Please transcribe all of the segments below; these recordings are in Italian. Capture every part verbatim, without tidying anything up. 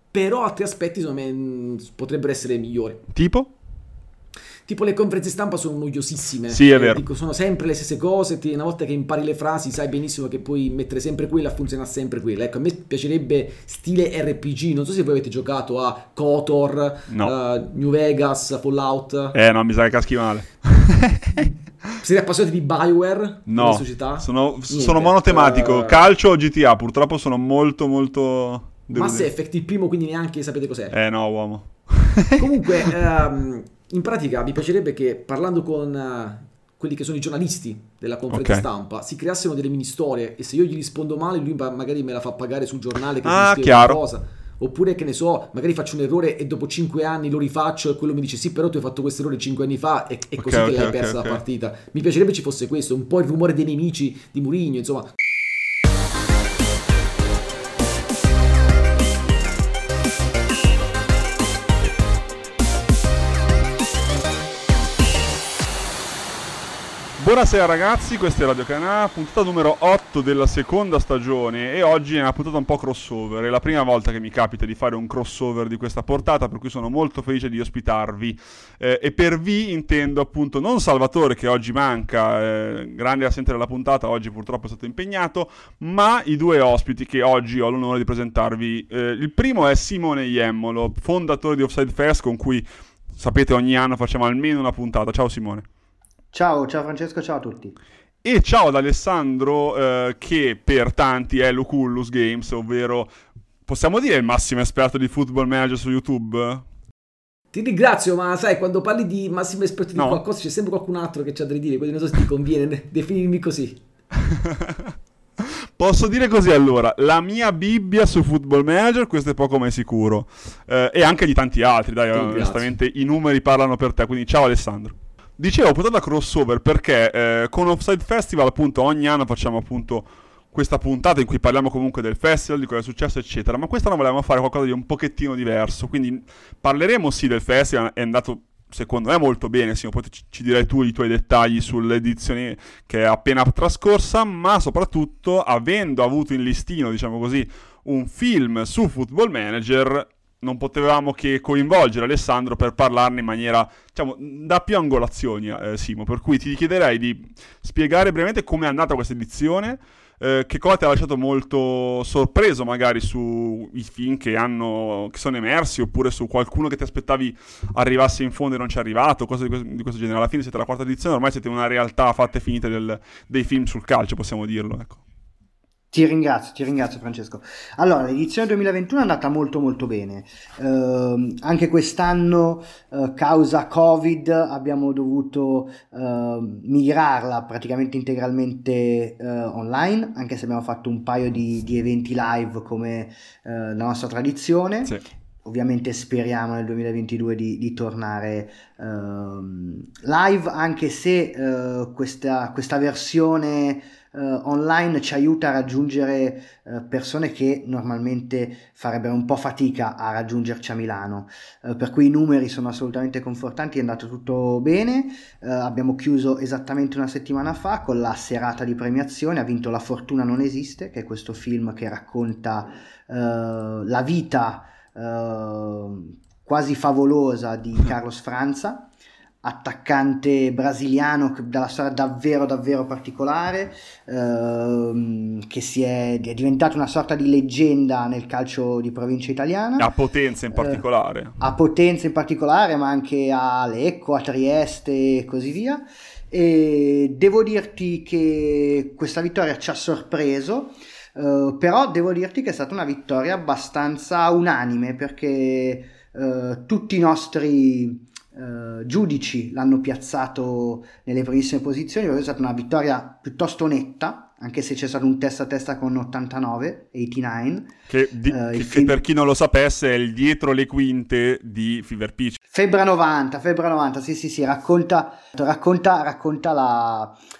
però altri aspetti secondo me mh, potrebbero essere migliori. Tipo? Tipo le conferenze stampa sono noiosissime. Sì, è eh, vero. Dico, sono sempre le stesse cose. Ti, una volta che impari le frasi, sai benissimo che puoi mettere sempre quella, funziona sempre quella. Ecco, a me piacerebbe stile R P G. Non so se voi avete giocato a KOTOR, No. uh, New Vegas, Fallout. Eh, no, mi sa che caschi male. Siete appassionati di BioWare? No, società? sono, sono monotematico. Uh, Calcio o G T A, purtroppo sono molto, molto... Mass Effect, il primo, quindi neanche sapete cos'è. Eh, no, uomo. Comunque... Um, in pratica mi piacerebbe che parlando con uh, quelli che sono i giornalisti della conferenza okay. stampa si creassero delle mini storie e se io gli rispondo male lui magari me la fa pagare sul giornale che ah, mi chiaro. cosa. Oppure che ne so, magari faccio un errore e dopo cinque anni lo rifaccio e quello mi dice sì però tu hai fatto questo errore cinque anni fa e, e okay, così okay, che l'hai okay, persa okay. la partita. Mi piacerebbe ci fosse questo, un po' il rumore dei nemici di Mourinho, insomma. Buonasera ragazzi, questa è Radio Canà, puntata numero otto della seconda stagione e oggi è una puntata un po' crossover, è la prima volta che mi capita di fare un crossover di questa portata, per cui sono molto felice di ospitarvi eh, e per vi intendo appunto non Salvatore che oggi manca, eh, grande assente della puntata, oggi purtroppo è stato impegnato, ma i due ospiti che oggi ho l'onore di presentarvi. Eh, il primo è Simone Iemmolo, fondatore di Offside Fest con cui sapete ogni anno facciamo almeno una puntata. Ciao Simone. Ciao, ciao Francesco, ciao a tutti. E ciao ad Alessandro eh, che per tanti è Lucullus Games, ovvero possiamo dire il massimo esperto di Football Manager su YouTube? Ti ringrazio, ma sai, quando parli di massimo esperto di no. qualcosa c'è sempre qualcun altro che c'ha da dire, quindi non so se ti conviene definirmi così. Posso dire così allora, la mia Bibbia su Football Manager, questo è poco ma è sicuro, eh, e anche di tanti altri, dai, onestamente i numeri parlano per te, quindi ciao Alessandro. Dicevo, puntata crossover perché eh, con Offside Festival appunto ogni anno facciamo appunto questa puntata in cui parliamo comunque del festival, di cosa è successo eccetera, ma quest'anno volevamo fare qualcosa di un pochettino diverso, quindi parleremo sì del festival, è andato secondo me molto bene, sì, poi ci, ci dirai tu i tuoi dettagli sull'edizione che è appena trascorsa, ma soprattutto avendo avuto in listino, diciamo così, un film su Football Manager, non potevamo che coinvolgere Alessandro per parlarne in maniera, diciamo, da più angolazioni, eh, Simo, per cui ti chiederei di spiegare brevemente come è andata questa edizione, eh, che cosa ti ha lasciato molto sorpreso magari sui film che, hanno, che sono emersi, oppure su qualcuno che ti aspettavi arrivasse in fondo e non ci è arrivato, cose di questo, di questo genere. Alla fine siete la quarta edizione, ormai siete una realtà fatta e finita del, dei film sul calcio, possiamo dirlo, ecco. Ti ringrazio, ti ringrazio Francesco. Allora, l'edizione duemilaventuno è andata molto molto bene. Uh, anche quest'anno, uh, causa Covid, abbiamo dovuto uh, migrarla praticamente integralmente uh, online, anche se abbiamo fatto un paio di, di eventi live come uh, la nostra tradizione. Sì. Ovviamente speriamo nel duemilaventidue di, di tornare uh, live, anche se uh, questa, questa versione Uh, online ci aiuta a raggiungere uh, persone che normalmente farebbero un po' fatica a raggiungerci a Milano, uh, per cui i numeri sono assolutamente confortanti, è andato tutto bene. Uh, abbiamo chiuso esattamente una settimana fa con la serata di premiazione, ha vinto La fortuna non esiste, che è questo film che racconta uh, la vita uh, quasi favolosa di Carlos Franza, attaccante brasiliano dalla storia davvero davvero particolare, ehm, che si è, è diventato una sorta di leggenda nel calcio di provincia italiana, a Potenza in particolare, eh, a Potenza in particolare, ma anche a Lecco, a Trieste e così via. E devo dirti che questa vittoria ci ha sorpreso, eh, però devo dirti che è stata una vittoria abbastanza unanime, perché eh, tutti i nostri Uh, giudici l'hanno piazzato nelle primissime posizioni, perché è stata una vittoria piuttosto netta, anche se c'è stato un testa a testa con ottantanove, ottantanove, che, di, uh, che, che film... per chi non lo sapesse è il dietro le quinte di Fever Pitch. Febbre novanta, Febbre novanta, sì sì sì, racconta, racconta, racconta la,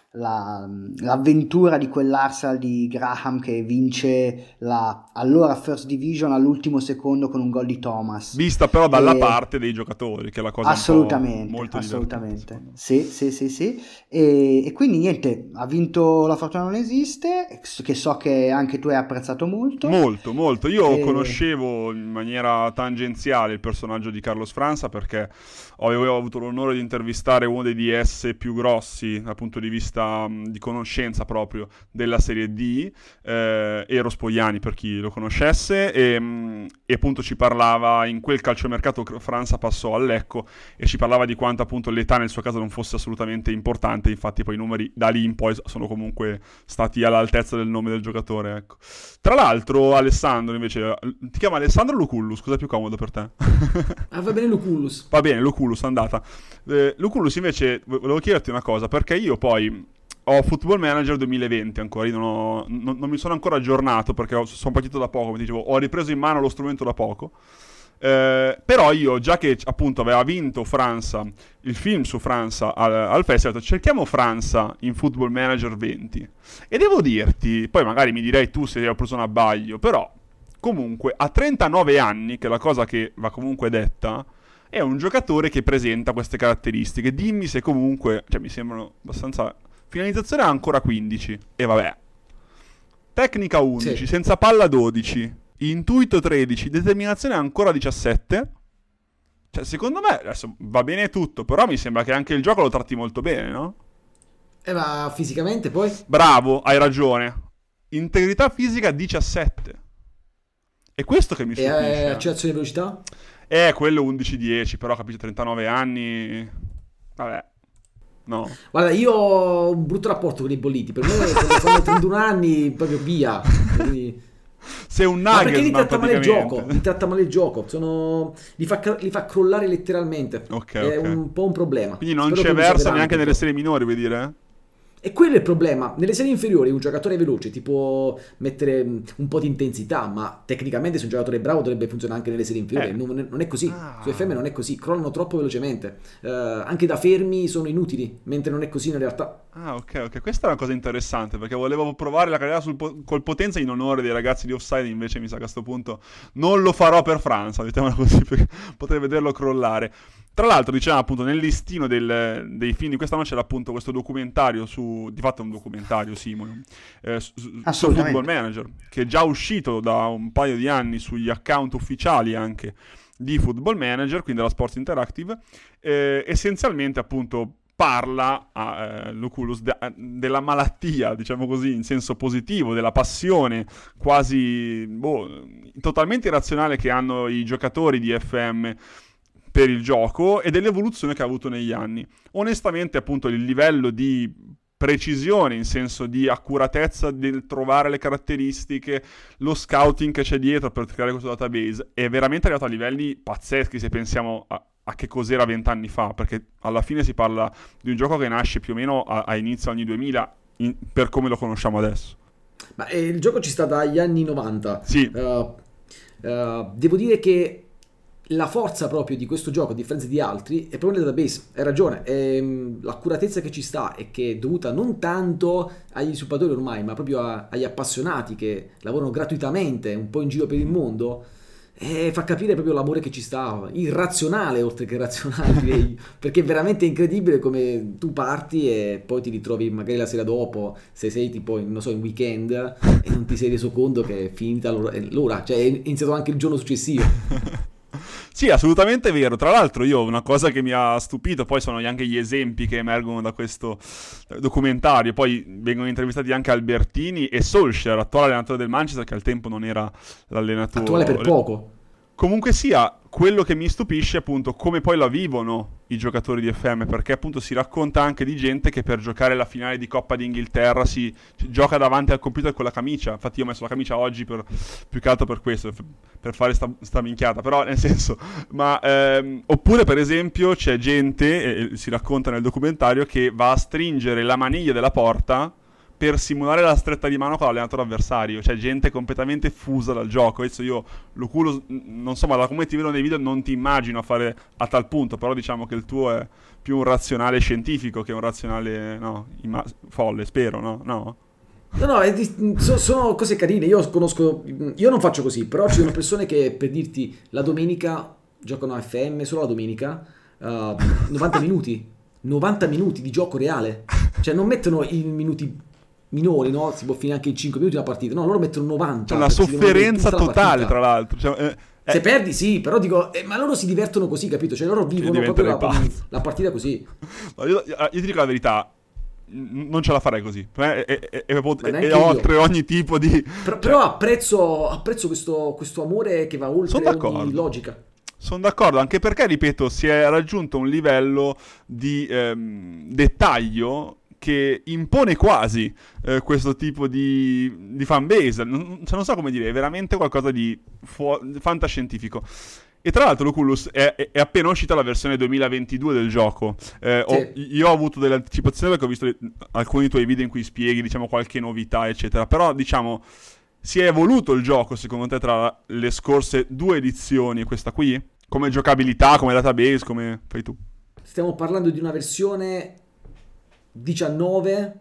la, l'avventura di quell'Arsenal di Graham che vince la allora First Division all'ultimo secondo con un gol di Thomas, vista però dalla e... parte dei giocatori, che è la cosa assolutamente, un po' molto assolutamente sì sì sì sì e, e quindi niente, ha vinto La Fortuna non esiste, che so che anche tu hai apprezzato molto molto molto. Io e... conoscevo in maniera tangenziale il personaggio di Carlos França perché avevo avuto l'onore di intervistare uno dei D S più grossi dal punto di vista mh, di conoscenza proprio della Serie D, eh, Eero Spogliani per chi lo conoscesse, e, mh, e appunto ci parlava, in quel calciomercato França passò al Lecco e ci parlava di quanto appunto l'età nel suo caso non fosse assolutamente importante, infatti poi i numeri da lì in poi sono comunque stati all'altezza del nome del giocatore, ecco. Tra l'altro Alessandro invece, ti chiama Alessandro Lucullus, cosa è più comodo per te? Ah, va bene Lucullus. Va bene, Lucullus, andata. Eh, Lucullus invece, volevo chiederti una cosa, perché io poi ho Football Manager duemilaventi ancora, io non, ho, non, non mi sono ancora aggiornato perché ho, sono partito da poco, come dicevo, ho ripreso in mano lo strumento da poco. Eh, però io, già che appunto aveva vinto França, il film su França al, al festival, ho detto, cerchiamo França in Football Manager venti. E devo dirti, poi magari mi direi tu se ho preso un abbaglio, però comunque a trentanove anni, che è la cosa che va comunque detta, è un giocatore che presenta queste caratteristiche. Dimmi se comunque, cioè mi sembrano abbastanza... Finalizzazione ha ancora quindici, e vabbè. Tecnica undici, sì. Senza palla dodici, intuito tredici, determinazione ancora diciassette. Cioè secondo me adesso va bene tutto, però mi sembra che anche il gioco lo tratti molto bene, no? Eh ma fisicamente poi? Bravo, hai ragione. Integrità fisica diciassette. È questo che mi stupisce. E accelerazione e velocità? Eh, quello undici dieci, però capisci, trentanove anni... Vabbè. No. Guarda, io ho un brutto rapporto con i bolliti. Per me quando fanno trentuno anni proprio via. Quindi... Sei un Nagelsmann, perché li tratta male il gioco, li tratta male il gioco, sono... li, fa, li fa crollare letteralmente. Okay, è okay. un po' un problema. Quindi non Spero c'è versa neanche nelle serie minori, vuoi dire? E quello è il problema. Nelle serie inferiori un giocatore veloce ti può mettere un po' di intensità, ma tecnicamente se un giocatore bravo dovrebbe funzionare anche nelle serie inferiori. Eh. Non, non è così. Ah. Su F M non è così, crollano troppo velocemente. Uh, anche da fermi sono inutili, mentre non è così in realtà. Ah, ok, ok. Questa è una cosa interessante, perché volevo provare la carriera sul po- col Potenza in onore dei ragazzi di Offside, invece mi sa che a questo punto non lo farò per França, mettiamola così, perché potrei vederlo crollare. Tra l'altro, diciamo appunto, nel listino del, dei film di quest'anno c'era appunto questo documentario su, di fatto è un documentario, Simone, eh, su, su Football Manager, che è già uscito da un paio di anni sugli account ufficiali anche di Football Manager, quindi della Sports Interactive, eh, essenzialmente appunto parla a eh, Lucullus de- della malattia, diciamo così, in senso positivo, della passione quasi boh, totalmente irrazionale che hanno i giocatori di F M per il gioco e dell'evoluzione che ha avuto negli anni. Onestamente, appunto, il livello di precisione, in senso di accuratezza del trovare le caratteristiche, lo scouting che c'è dietro per creare questo database, è veramente arrivato a livelli pazzeschi se pensiamo a, a che cos'era vent'anni fa, perché alla fine si parla di un gioco che nasce più o meno a, a inizio anni duemila, in, per come lo conosciamo adesso. Ma eh, il gioco ci sta dagli anni novanta. Sì. Uh, uh, devo dire che la forza proprio di questo gioco, a differenza di altri, è proprio il database. Hai ragione, è, l'accuratezza che ci sta è che è dovuta non tanto agli sviluppatori ormai, ma proprio a, agli appassionati che lavorano gratuitamente un po' in giro per il mondo, e fa capire proprio l'amore che ci sta, irrazionale oltre che razionale, direi, perché è veramente incredibile come tu parti e poi ti ritrovi magari la sera dopo, se sei tipo, non so, in weekend, e non ti sei reso conto che è finita l'ora, cioè è iniziato anche il giorno successivo. Sì, assolutamente vero. Tra l'altro io una cosa che mi ha stupito, poi sono anche gli esempi che emergono da questo documentario, poi vengono intervistati anche Albertini e Solskjaer, attuale allenatore del Manchester, che al tempo non era l'allenatore. Attuale per poco. Comunque sia, quello che mi stupisce è appunto come poi la vivono i giocatori di F M, perché appunto si racconta anche di gente che per giocare la finale di Coppa d'Inghilterra si gioca davanti al computer con la camicia. Infatti io ho messo la camicia oggi per, più che altro per questo, per fare sta, sta minchiata, però nel senso, ma ehm, oppure per esempio c'è gente, eh, si racconta nel documentario, che va a stringere la maniglia della porta per simulare la stretta di mano con l'allenatore avversario, cioè gente completamente fusa dal gioco. Adesso io Lucullus, non so, ma da come ti vedo nei video non ti immagino a fare a tal punto, però diciamo che il tuo è più un razionale scientifico che un razionale, no, imma- folle, spero, no? No? No, no, è di- so- sono cose carine. Io conosco, io non faccio così, però ci sono persone che, per dirti, la domenica giocano a F M solo la domenica, uh, novanta minuti, novanta minuti di gioco reale, cioè non mettono i minuti minori, no? Si può finire anche in cinque minuti una partita, no, loro mettono novanta. C'è una perché si devono vedere sofferenza tutta la totale, partita. tra l'altro. Cioè, eh, eh, Se perdi, sì, però dico, eh, ma loro si divertono così, capito? Cioè loro vivono proprio la, diventerei pazzo. la partita così. no, io, io ti dico la verità, n- non ce la farei così. Per me è, è- è- Ma è- neanche è io. oltre ogni tipo di... Però, cioè, però apprezzo, apprezzo questo, questo amore che va oltre Sono d'accordo. ogni logica. Sono d'accordo, anche perché, ripeto, si è raggiunto un livello di ehm, dettaglio che impone quasi eh, questo tipo di, di fanbase. Non, cioè, non so come dire, è veramente qualcosa di fu- fantascientifico. E tra l'altro, Lucullus, è, è- è appena uscita la versione duemilaventidue del gioco. Eh, ho- Sì. io ho avuto delle anticipazioni perché ho visto le- alcuni tuoi video in cui spieghi, diciamo, qualche novità, eccetera. Però, diciamo, si è evoluto il gioco, secondo te, tra le scorse due edizioni e questa qui? Come giocabilità, come database, come fai tu? Stiamo parlando di una versione diciannove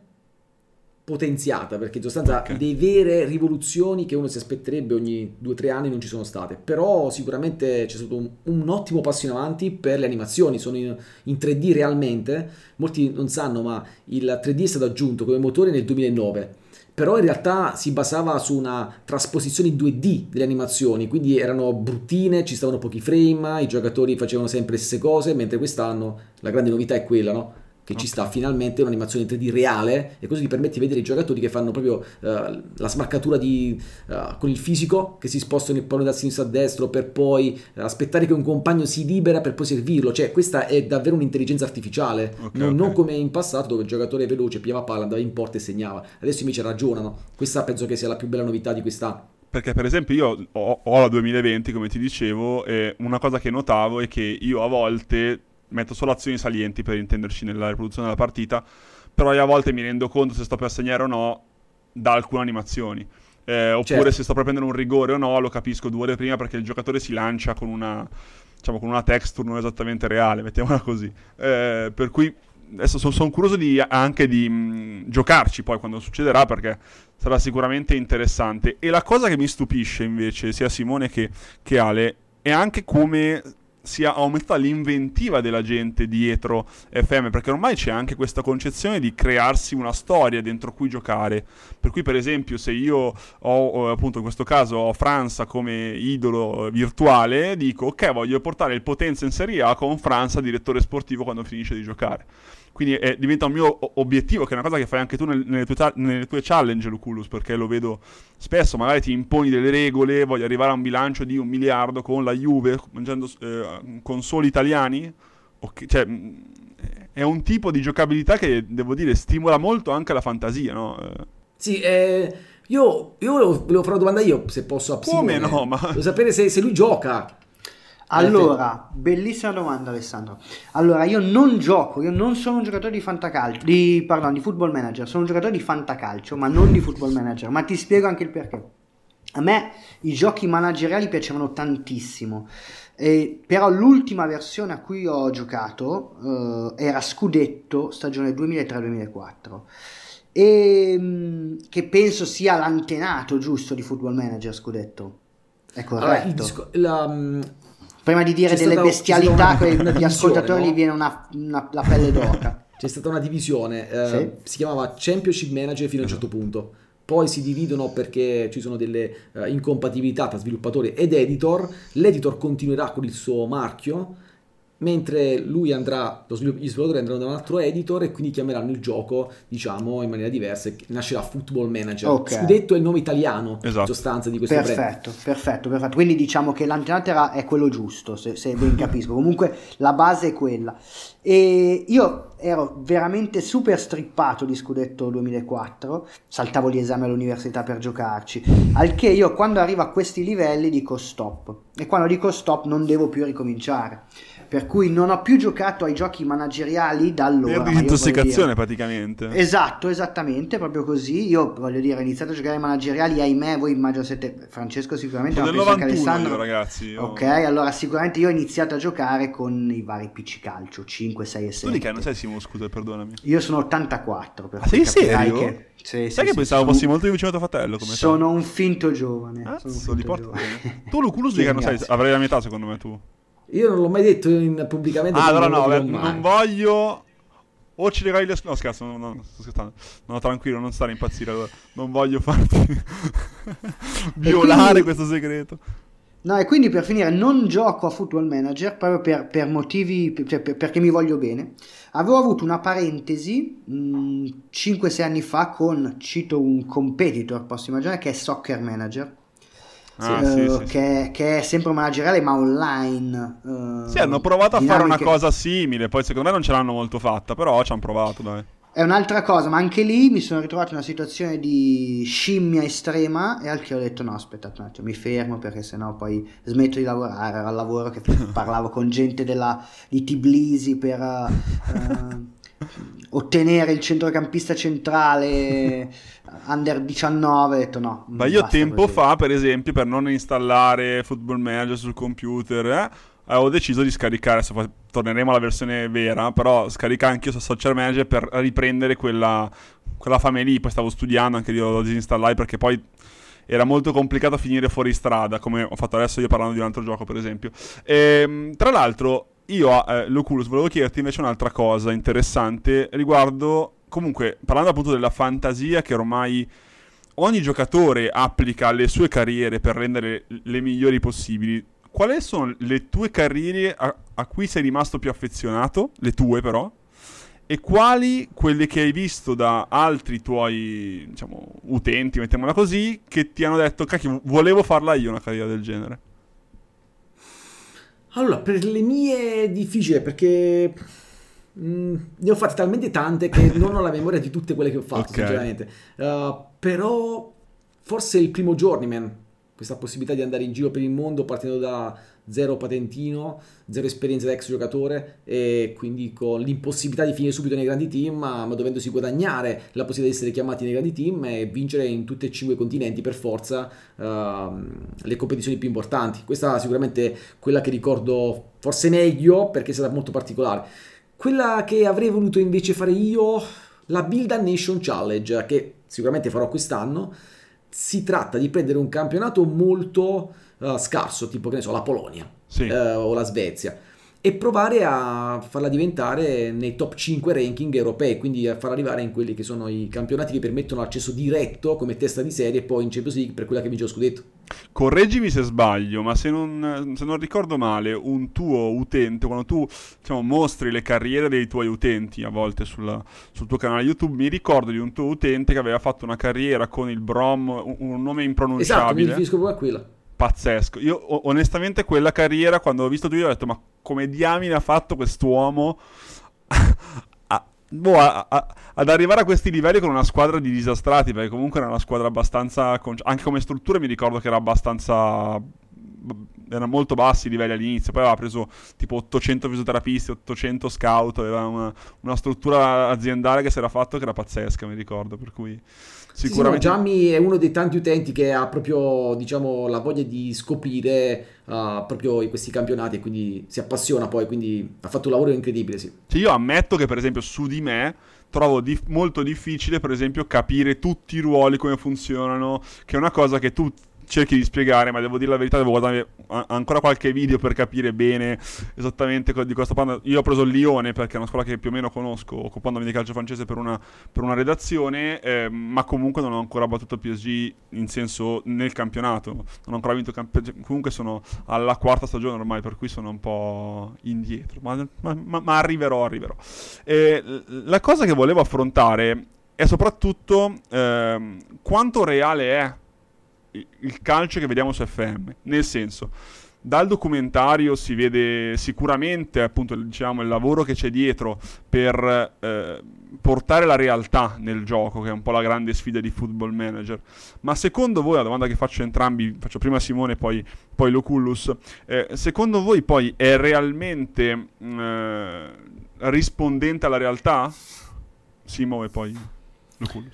potenziata, perché in sostanza Ok. le vere rivoluzioni che uno si aspetterebbe ogni due o tre anni non ci sono state, però sicuramente c'è stato un, un ottimo passo in avanti per le animazioni, sono in, in tre D realmente, molti non sanno ma il tre D è stato aggiunto come motore nel duemilanove, però in realtà si basava su una trasposizione in due D delle animazioni, quindi erano bruttine, ci stavano pochi frame, i giocatori facevano sempre le stesse cose, mentre quest'anno la grande novità è quella, no? Che ci sta finalmente un'animazione in tre D reale e così ti permette di vedere i giocatori che fanno proprio eh, la smarcatura di, eh, con il fisico, che si spostano il pallone da sinistra a destro per poi eh, aspettare che un compagno si libera per poi servirlo, cioè questa è davvero un'intelligenza artificiale, Ok, non, ok. non come in passato dove il giocatore veloce pigliava palla, andava in porta e segnava. Adesso invece ragionano, questa penso che sia la più bella novità di quest'anno. Perché per esempio io ho, ho la duemilaventi, come ti dicevo, e una cosa che notavo è che io a volte metto solo azioni salienti, per intenderci, nella riproduzione della partita, però io a volte mi rendo conto se sto per segnare o no da alcune animazioni. Eh, oppure Certo. se sto per prendere un rigore o no, lo capisco due ore prima perché il giocatore si lancia con una, diciamo, con una texture non esattamente reale, mettiamola così. Eh, per cui adesso sono son curioso di, anche di mh, giocarci poi quando succederà, perché sarà sicuramente interessante. E la cosa che mi stupisce invece, sia Simone che, che Ale, è anche come sia aumentata l'inventiva della gente dietro F M, perché ormai c'è anche questa concezione di crearsi una storia dentro cui giocare. Per cui, per esempio, se io ho, ho, appunto in questo caso ho Franza come idolo virtuale, dico ok, voglio portare il Potenza in Serie A con Franza direttore sportivo quando finisce di giocare. Quindi è, diventa un mio o- obiettivo, che è una cosa che fai anche tu nel- nelle, tue ta- nelle tue challenge, Lucullus, perché lo vedo spesso, magari ti imponi delle regole, voglio arrivare a un bilancio di un miliardo con la Juve, mangiando eh, con soli italiani. Ok, cioè, mh, è un tipo di giocabilità che, devo dire, stimola molto anche la fantasia, no? Eh, Sì, eh, io, io volevo, volevo fare una domanda io, se posso, a Come Simone. no, ma- Volevo sapere se, se lui gioca. Allora, bellissima domanda Alessandro. Allora, io non gioco, io non sono un giocatore di fantacalcio, di, pardon, di football manager, sono un giocatore di fantacalcio, ma non di football manager, ma ti spiego anche il perché. A me i giochi manageriali piacevano tantissimo, e, però l'ultima versione a cui ho giocato eh, era Scudetto, stagione duemilatré duemilaquattro, e mh, che penso sia l'antenato giusto di Football Manager. Scudetto è Allora, il corretto? disco- la, mm, Prima di dire c'è delle stata- bestialità, c'è stata una- una gli divisione, ascoltatori no? gli viene una, una- la pelle d'oca. c'è stata una divisione, eh, si chiamava Championship Manager fino a un certo punto, poi si dividono perché ci sono delle eh, incompatibilità tra sviluppatore ed editor, l'editor continuerà con il suo marchio, mentre lui andrà, lo svilupp- gli sviluppatori andranno da un altro editor e quindi chiameranno il gioco, diciamo, in maniera diversa, e nascerà Football Manager. Ok. Scudetto è il nome italiano, Esatto. in sostanza, di questo brand. Perfetto, perfetto, perfetto. Quindi diciamo che l'antenato era- è quello giusto, se, se ben capisco. Comunque la base è quella. E io ero veramente super strippato di Scudetto duemilaquattro, saltavo gli esami all'università per giocarci, al che io quando arrivo a questi livelli dico stop. E quando dico stop non devo più ricominciare. Per cui non ho più giocato ai giochi manageriali da allora. Per disintossicazione praticamente. Esatto, esattamente, proprio così. Io voglio dire, ho iniziato a giocare ai manageriali, ahimè, voi immagino siete, Francesco sicuramente, sono ma del penso anche novantuno Alessandro. io, ragazzi. Io... Ok, allora sicuramente io ho iniziato a giocare con i vari P C calcio, cinque, sei e sette. Tu di che anno sei, Simo, scusa, perdonami? Io sono ottantaquattro. Per ah, sei serio? Che... Sì, sai sì, che sì, pensavo sono... fossi molto più vicino a tuo fratello come sono te. un finto giovane. Ah, sono un so, li finto porto giovane. bene. Tu Luculus di che anno sei? Avrai la mia età secondo me tu. Io non l'ho mai detto in, pubblicamente. Ah, allora no, non, beh, non voglio... O ci regali le... No, scherzo, no, no, sto scherzando. No, tranquillo, non stare a impazzire. Allora. Non voglio farti violare quindi... questo segreto. No, e quindi per finire non gioco a Football Manager proprio per, per motivi, cioè per, perché mi voglio bene. Avevo avuto una parentesi mh, cinque sei anni fa con, cito un competitor, posso immaginare, che è Soccer Manager. Ah, uh, sì, sì, che, sì. che è sempre un manageriale ma online. Uh, sì, hanno provato a dinamiche. fare una cosa simile, poi secondo me non ce l'hanno molto fatta, però ci hanno provato, dai. È un'altra cosa, ma anche lì mi sono ritrovato in una situazione di scimmia estrema e al che ho detto no, aspettate un attimo, mi fermo perché sennò poi smetto di lavorare. Era al lavoro che parlavo con gente della, di Tbilisi per uh, ottenere il centrocampista centrale under diciannove, ho detto no. Ma io tempo così. fa, per esempio, per non installare Football Manager sul computer, eh, avevo deciso di scaricare, poi torneremo alla versione vera, però scaricare anch'io su Social Manager per riprendere quella, quella fame lì. Poi stavo studiando, anche io lo disinstallai perché poi era molto complicato finire fuori strada, come ho fatto adesso io parlando di un altro gioco, per esempio. E, tra l'altro, io, eh, Luculus, volevo chiederti invece un'altra cosa interessante riguardo, comunque, parlando appunto della fantasia che ormai ogni giocatore applica alle sue carriere per rendere le migliori possibili. Quali sono le tue carriere a, a cui sei rimasto più affezionato? Le tue però? E quali quelle che hai visto da altri tuoi, diciamo, utenti, mettiamola così, che ti hanno detto, cacchio, volevo farla io una carriera del genere? Allora, per le mie è difficile perché mh, ne ho fatte talmente tante che non ho la memoria di tutte quelle che ho fatto, okay. Sinceramente. Uh, però forse il primo Journeyman, questa possibilità di andare in giro per il mondo partendo da zero patentino, zero esperienza da ex giocatore e quindi con l'impossibilità di finire subito nei grandi team, ma, ma dovendosi guadagnare la possibilità di essere chiamati nei grandi team e vincere in tutti e cinque i continenti per forza uh, le competizioni più importanti. Questa è sicuramente quella che ricordo forse meglio perché è stata molto particolare. Quella che avrei voluto invece fare io, la Build a Nation Challenge, che sicuramente farò quest'anno. Si tratta di prendere un campionato molto uh, scarso, tipo che ne so, la Polonia, sì. uh, o la Svezia, e provare a farla diventare nei top cinque ranking europei, quindi a far arrivare in quelli che sono i campionati che permettono accesso diretto come testa di serie e poi in Champions League per quella che vince lo scudetto. Correggimi se sbaglio, ma se non, se non ricordo male, un tuo utente, quando tu, diciamo, mostri le carriere dei tuoi utenti a volte sulla, sul tuo canale YouTube, mi ricordo di un tuo utente che aveva fatto una carriera con il Brom, un, un nome impronunciabile. Esatto, mi riferisco proprio a quella. Pazzesco. Io onestamente quella carriera, quando ho visto tu, io ho detto, ma come diamine ha fatto quest'uomo a, boh, a, a, ad arrivare a questi livelli con una squadra di disastrati, perché comunque era una squadra abbastanza, anche come strutture mi ricordo che era abbastanza, erano molto bassi i livelli all'inizio, poi aveva preso tipo ottocento fisioterapisti, ottocento scout, aveva una, una struttura aziendale che si era fatto che era pazzesca, mi ricordo, per cui sicuramente... Sì, sì, no, Gianni è uno dei tanti utenti che ha proprio, diciamo, la voglia di scoprire uh, proprio questi campionati e quindi si appassiona poi, quindi ha fatto un lavoro incredibile, sì. Cioè io ammetto che per esempio su di me trovo dif- molto difficile per esempio capire tutti i ruoli, come funzionano, che è una cosa che tu cerchi di spiegare, ma devo dire la verità, devo guardare a- ancora qualche video per capire bene esattamente co- di cosa sto parlando. Io ho preso il Lione perché è una scuola che più o meno conosco, occupandomi di calcio francese per una, per una redazione, eh, ma comunque non ho ancora battuto P S G in senso nel campionato, non ho ancora vinto camp- comunque sono alla quarta stagione ormai, per cui sono un po' indietro, ma, ma, ma, ma arriverò, arriverò. E la cosa che volevo affrontare è soprattutto eh, quanto reale è il calcio che vediamo su F M, nel senso, dal documentario si vede sicuramente, appunto, diciamo, il lavoro che c'è dietro per eh, portare la realtà nel gioco, che è un po' la grande sfida di Football Manager. Ma secondo voi, la domanda che faccio a entrambi, faccio prima a Simone poi, poi Locullus, eh, secondo voi poi è realmente eh, rispondente alla realtà? Simo e poi Locullus.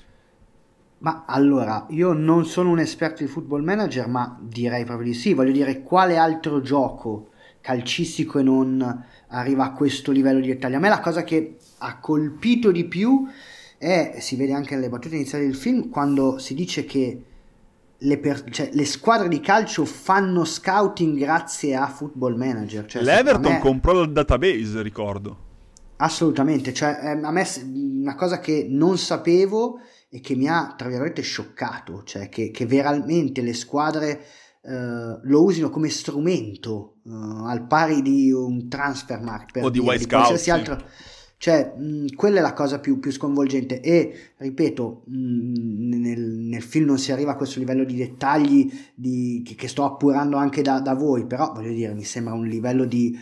Ma allora, io non sono un esperto di Football Manager, ma direi proprio di sì. Voglio dire, quale altro gioco calcistico e non arriva a questo livello di dettaglio? A me la cosa che ha colpito di più è, si vede anche nelle battute iniziali del film, quando si dice che le, per, cioè, le squadre di calcio fanno scouting grazie a Football Manager. Cioè, L'Everton me... comprò il database, ricordo. Assolutamente, cioè eh, a me una cosa che non sapevo e che mi ha, tra virgolette, scioccato, cioè che, che veramente le squadre eh, lo usino come strumento, eh, al pari di un transfer mark per o di dire, White di qualsiasi Scout, altro. Cioè, mh, quella è la cosa più, più sconvolgente e, ripeto, mh, nel, nel film non si arriva a questo livello di dettagli di, che, che sto appurando anche da, da voi, però voglio dire, mi sembra un livello di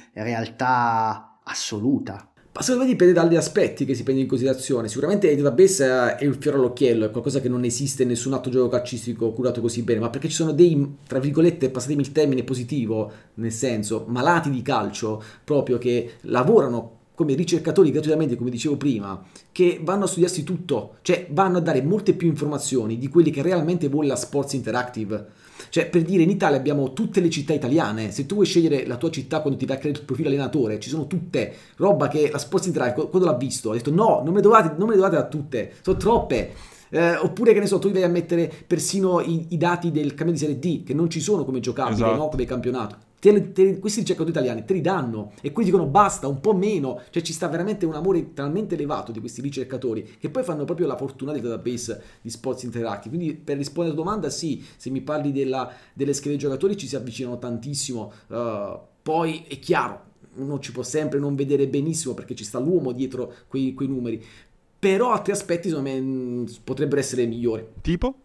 realtà assoluta. Ma secondo me dipende dagli aspetti che si prendono in considerazione. Sicuramente il database è il fiore all'occhiello, è qualcosa che non esiste in nessun altro gioco calcistico curato così bene, ma perché ci sono dei, tra virgolette, passatemi il termine positivo, nel senso, malati di calcio, proprio che lavorano come ricercatori gratuitamente, come dicevo prima, che vanno a studiarsi tutto, cioè vanno a dare molte più informazioni di quelli che realmente vuole la Sports Interactive. Cioè, per dire, in Italia abbiamo tutte le città italiane. Se tu vuoi scegliere la tua città quando ti vai a creare il profilo allenatore, ci sono tutte. Roba che la Sports Interactive, quando l'ha visto, ha detto no, non me le dovete, non me le dovete da tutte, sono troppe. Eh, oppure, che ne so, tu vai a mettere persino i, i dati del cambio di Serie D, che non ci sono come giocabili, esatto. no? Come campionato. Te, te, questi ricercatori italiani te li danno e qui dicono basta, un po' meno, cioè ci sta veramente un amore talmente elevato di questi ricercatori che poi fanno proprio la fortuna del database di Sports Interactive. Quindi, per rispondere alla domanda, sì, se mi parli della, delle schede dei giocatori ci si avvicinano tantissimo. Uh, poi è chiaro, uno ci può sempre non vedere benissimo perché ci sta l'uomo dietro quei, quei numeri, però altri aspetti secondo me mh, potrebbero essere migliori. Tipo?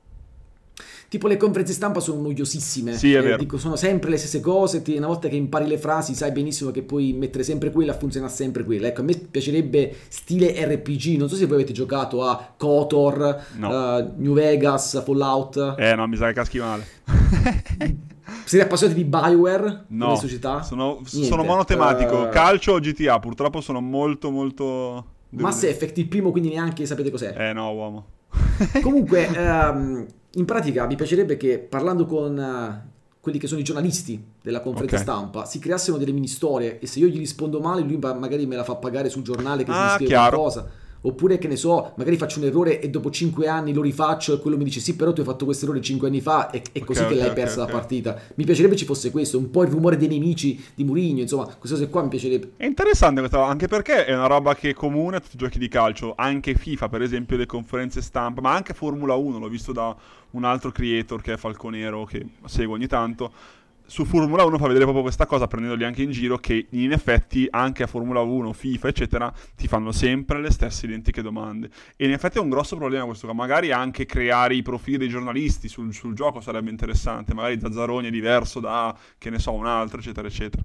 Tipo le conferenze stampa sono noiosissime, sì, è eh, vero. Dico, sono sempre le stesse cose, ti, una volta che impari le frasi sai benissimo che puoi mettere sempre quella, funziona sempre quella. Ecco, a me piacerebbe stile R P G, non so se voi avete giocato a KOTOR, no. uh, New Vegas, Fallout. Eh no, mi sa che caschi male. Siete appassionati di BioWare? No, come società? sono, sono monotematico, uh, calcio o G T A, purtroppo sono molto molto... Mass Effect il primo, quindi neanche sapete cos'è. Eh no, uomo. Comunque... Um, in pratica mi piacerebbe che parlando con uh, quelli che sono i giornalisti della conferenza okay. stampa si creassero delle mini storie e se io gli rispondo male lui magari me la fa pagare sul giornale che ah, si scrive qualcosa, oppure che ne so, magari faccio un errore e dopo cinque anni lo rifaccio e quello mi dice sì però tu hai fatto questo errore cinque anni fa e è così okay, che l'hai okay, persa okay. la partita. Mi piacerebbe ci fosse questo, un po' il rumore dei nemici di Mourinho, insomma queste cose qua mi piacerebbe. È interessante questa, anche perché è una roba che è comune a tutti i giochi di calcio, anche FIFA per esempio, le conferenze stampa, ma anche Formula uno, l'ho visto da un altro creator che è Falconero che seguo ogni tanto. Su Formula uno fa vedere proprio questa cosa, prendendoli anche in giro, che in effetti anche a Formula uno, FIFA eccetera ti fanno sempre le stesse identiche domande e in effetti è un grosso problema questo, magari anche creare i profili dei giornalisti sul, sul gioco sarebbe interessante, magari Zazzaroni è diverso da, che ne so, un altro eccetera eccetera.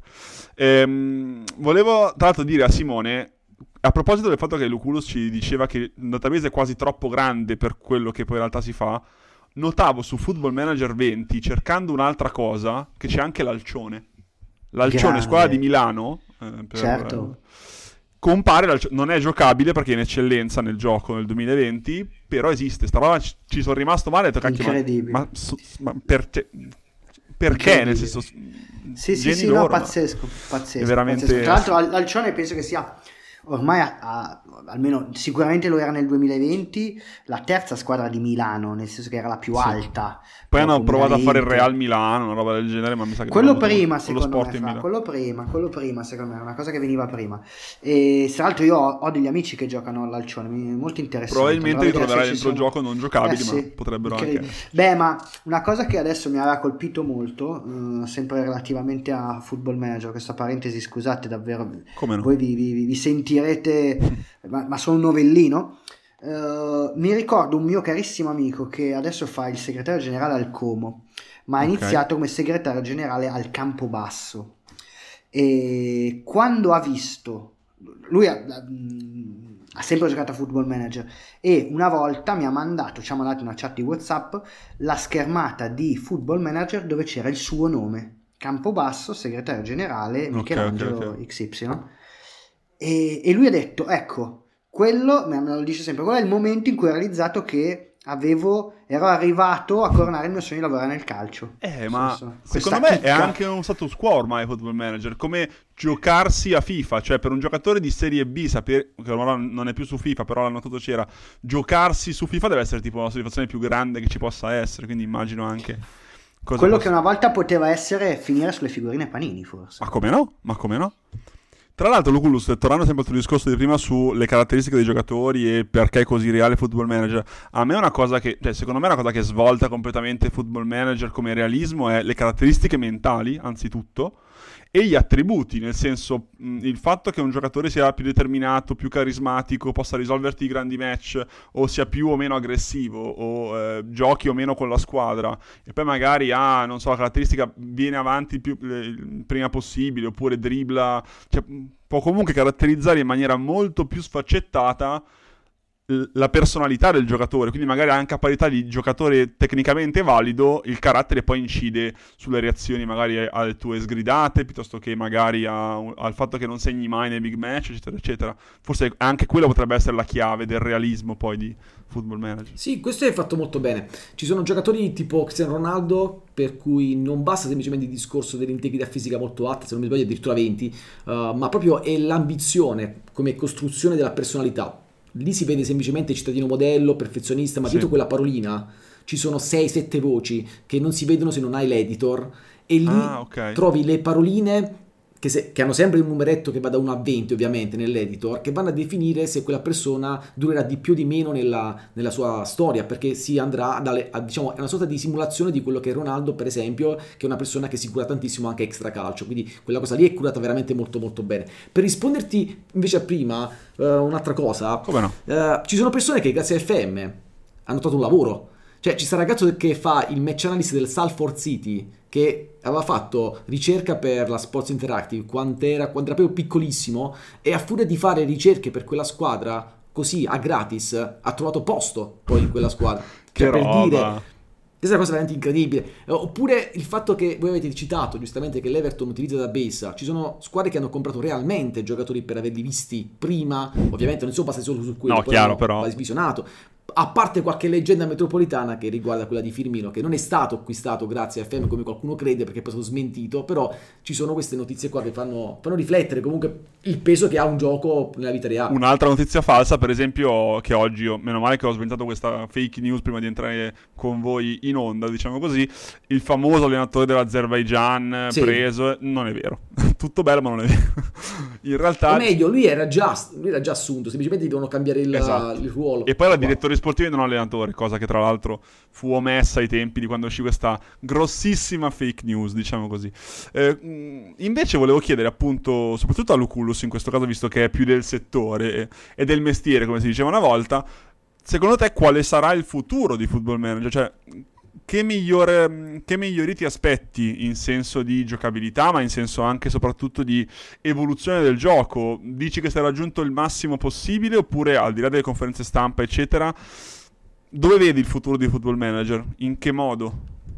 Ehm, volevo tra l'altro dire a Simone, a proposito del fatto che Luculus ci diceva che il database è quasi troppo grande per quello che poi in realtà si fa, notavo su Football Manager venti, cercando un'altra cosa, che c'è anche l'Alcione. L'Alcione, grande. Squadra di Milano, eh, per, certo. eh, compare, non è giocabile perché è in eccellenza nel gioco nel duemilaventi, però esiste. Sta roba ci, ci sono rimasto male. Incredibile. Ma, ma, ma per, cioè, perché? Nel senso... Sì, sì, sì, no, pazzesco, pazzesco. È veramente... pazzesco. Tra l'altro l'Alcione penso che sia... ormai a, a, almeno sicuramente lo era nel duemilaventi la terza squadra di Milano, nel senso che era la più sì. alta. Poi hanno provato a fare il Real Milano, una roba del genere, ma mi sa che quello prima secondo sport me in fra, quello prima quello prima secondo me era una cosa che veniva prima e tra l'altro io ho, ho degli amici che giocano all'Alcione, molto interessante. Probabilmente li troverai dentro sono... il gioco non giocabili, eh, sì, ma potrebbero anche. Beh, ma una cosa che adesso mi aveva colpito molto, eh, sempre relativamente a Football Manager, questa parentesi, scusate davvero, come no? Voi vi, vi, vi sentirete ma, ma sono un novellino. Uh, mi ricordo un mio carissimo amico che adesso fa il segretario generale al Como, ma ha Ok. iniziato come segretario generale al Campobasso. E quando ha visto, lui ha, ha sempre giocato a Football Manager, e una volta mi ha mandato, ci ha mandato una chat di WhatsApp, la schermata di Football Manager dove c'era il suo nome, Campobasso, segretario generale, Michelangelo ok, ok. X Y. E, e lui ha detto, ecco, quello, me lo dice sempre, quello è il momento in cui ho realizzato che avevo, ero arrivato a coronare il mio sogno di lavorare nel calcio. Eh, Nel ma senso, questa secondo me è chicca. anche un status quo ormai Football Manager, come giocarsi a FIFA, cioè per un giocatore di Serie B, sapere che ormai non è più su FIFA, però l'anno scorso c'era, giocarsi su FIFA deve essere tipo la soddisfazione più grande che ci possa essere, quindi immagino anche cosa Quello possa- che una volta poteva essere finire sulle figurine Panini, forse. Ma come no? Ma come no? Tra l'altro, Lucullus, tornando sempre al tuo discorso di prima sulle caratteristiche dei giocatori e perché è così reale Football Manager, a me è una cosa che, cioè, secondo me è una cosa che svolta completamente Football Manager come realismo è le caratteristiche mentali, anzitutto, e gli attributi, nel senso, mh, il fatto che un giocatore sia più determinato, più carismatico, possa risolverti i grandi match, o sia più o meno aggressivo, o eh, giochi o meno con la squadra, e poi magari ha, non so, la caratteristica viene avanti il più, eh, il prima possibile, oppure dribbla, cioè, mh, può comunque caratterizzare in maniera molto più sfaccettata l- la personalità del giocatore, quindi magari anche a parità di giocatore tecnicamente valido, il carattere poi incide sulle reazioni magari alle tue sgridate, piuttosto che magari a- al fatto che non segni mai nei big match, eccetera, eccetera. Forse anche quello potrebbe essere la chiave del realismo poi di Football Manager. Sì, questo è fatto molto bene. Ci sono giocatori tipo Cristiano Ronaldo per cui non basta semplicemente il discorso dell'integrità fisica molto alta, se non mi sbaglio addirittura venti, uh, ma proprio è l'ambizione come costruzione della personalità. Lì si vede semplicemente cittadino modello, perfezionista, ma Sì. dietro quella parolina ci sono sei sette voci che non si vedono se non hai l'editor, e lì Ah, ok. trovi le paroline che, se- che hanno sempre un numeretto che va da uno a venti ovviamente nell'editor, che vanno a definire se quella persona durerà di più o di meno nella, nella sua storia, perché si andrà dalle, a, diciamo, è una sorta di simulazione di quello che è Ronaldo, per esempio, che è una persona che si cura tantissimo anche extra calcio, quindi quella cosa lì è curata veramente molto molto bene. Per risponderti invece a prima, eh, un'altra cosa, Come no? eh, ci sono persone che grazie a F M hanno trovato un lavoro. Cioè, ci sta un ragazzo che fa il match analyst del Salford City, che aveva fatto ricerca per la Sports Interactive quando era, quando era proprio piccolissimo, e a furia di fare ricerche per quella squadra così a gratis ha trovato posto poi in quella squadra. Che Cioè, per roba. dire, questa è una cosa veramente incredibile. Eh, Oppure il fatto che voi avete citato giustamente che l'Everton utilizza da base. Ci sono squadre che hanno comprato realmente giocatori per averli visti prima. Ovviamente non sono passati solo su quello, No, poi chiaro, hanno però. visionato. A parte qualche leggenda metropolitana che riguarda quella di Firmino, che non è stato acquistato grazie a F M come qualcuno crede, perché è poi stato smentito, però ci sono queste notizie qua che fanno, fanno riflettere comunque il peso che ha un gioco nella vita reale. Un'altra notizia falsa, per esempio, che oggi, io, meno male che ho sventato questa fake news prima di entrare con voi in onda, diciamo così, il famoso allenatore dell'Azerbaijan Sì. preso, non è vero. Tutto bello, ma non è vero. In realtà... O meglio, lui era già, lui era già assunto, semplicemente devono cambiare il, Esatto. il ruolo. E poi era Wow. direttore sportivo e non allenatore, cosa che tra l'altro fu omessa ai tempi di quando uscì questa grossissima fake news, diciamo così. Eh, mh, invece volevo chiedere appunto, soprattutto a Lucullus in questo caso, visto che è più del settore e, e del mestiere, come si diceva una volta, secondo te quale sarà il futuro di Football Manager? Cioè, che, migliore, che migliori ti aspetti in senso di giocabilità, ma in senso anche e soprattutto di evoluzione del gioco? Dici che stai raggiunto il massimo possibile, oppure al di là delle conferenze stampa eccetera, dove vedi il futuro di Football Manager? In che modo?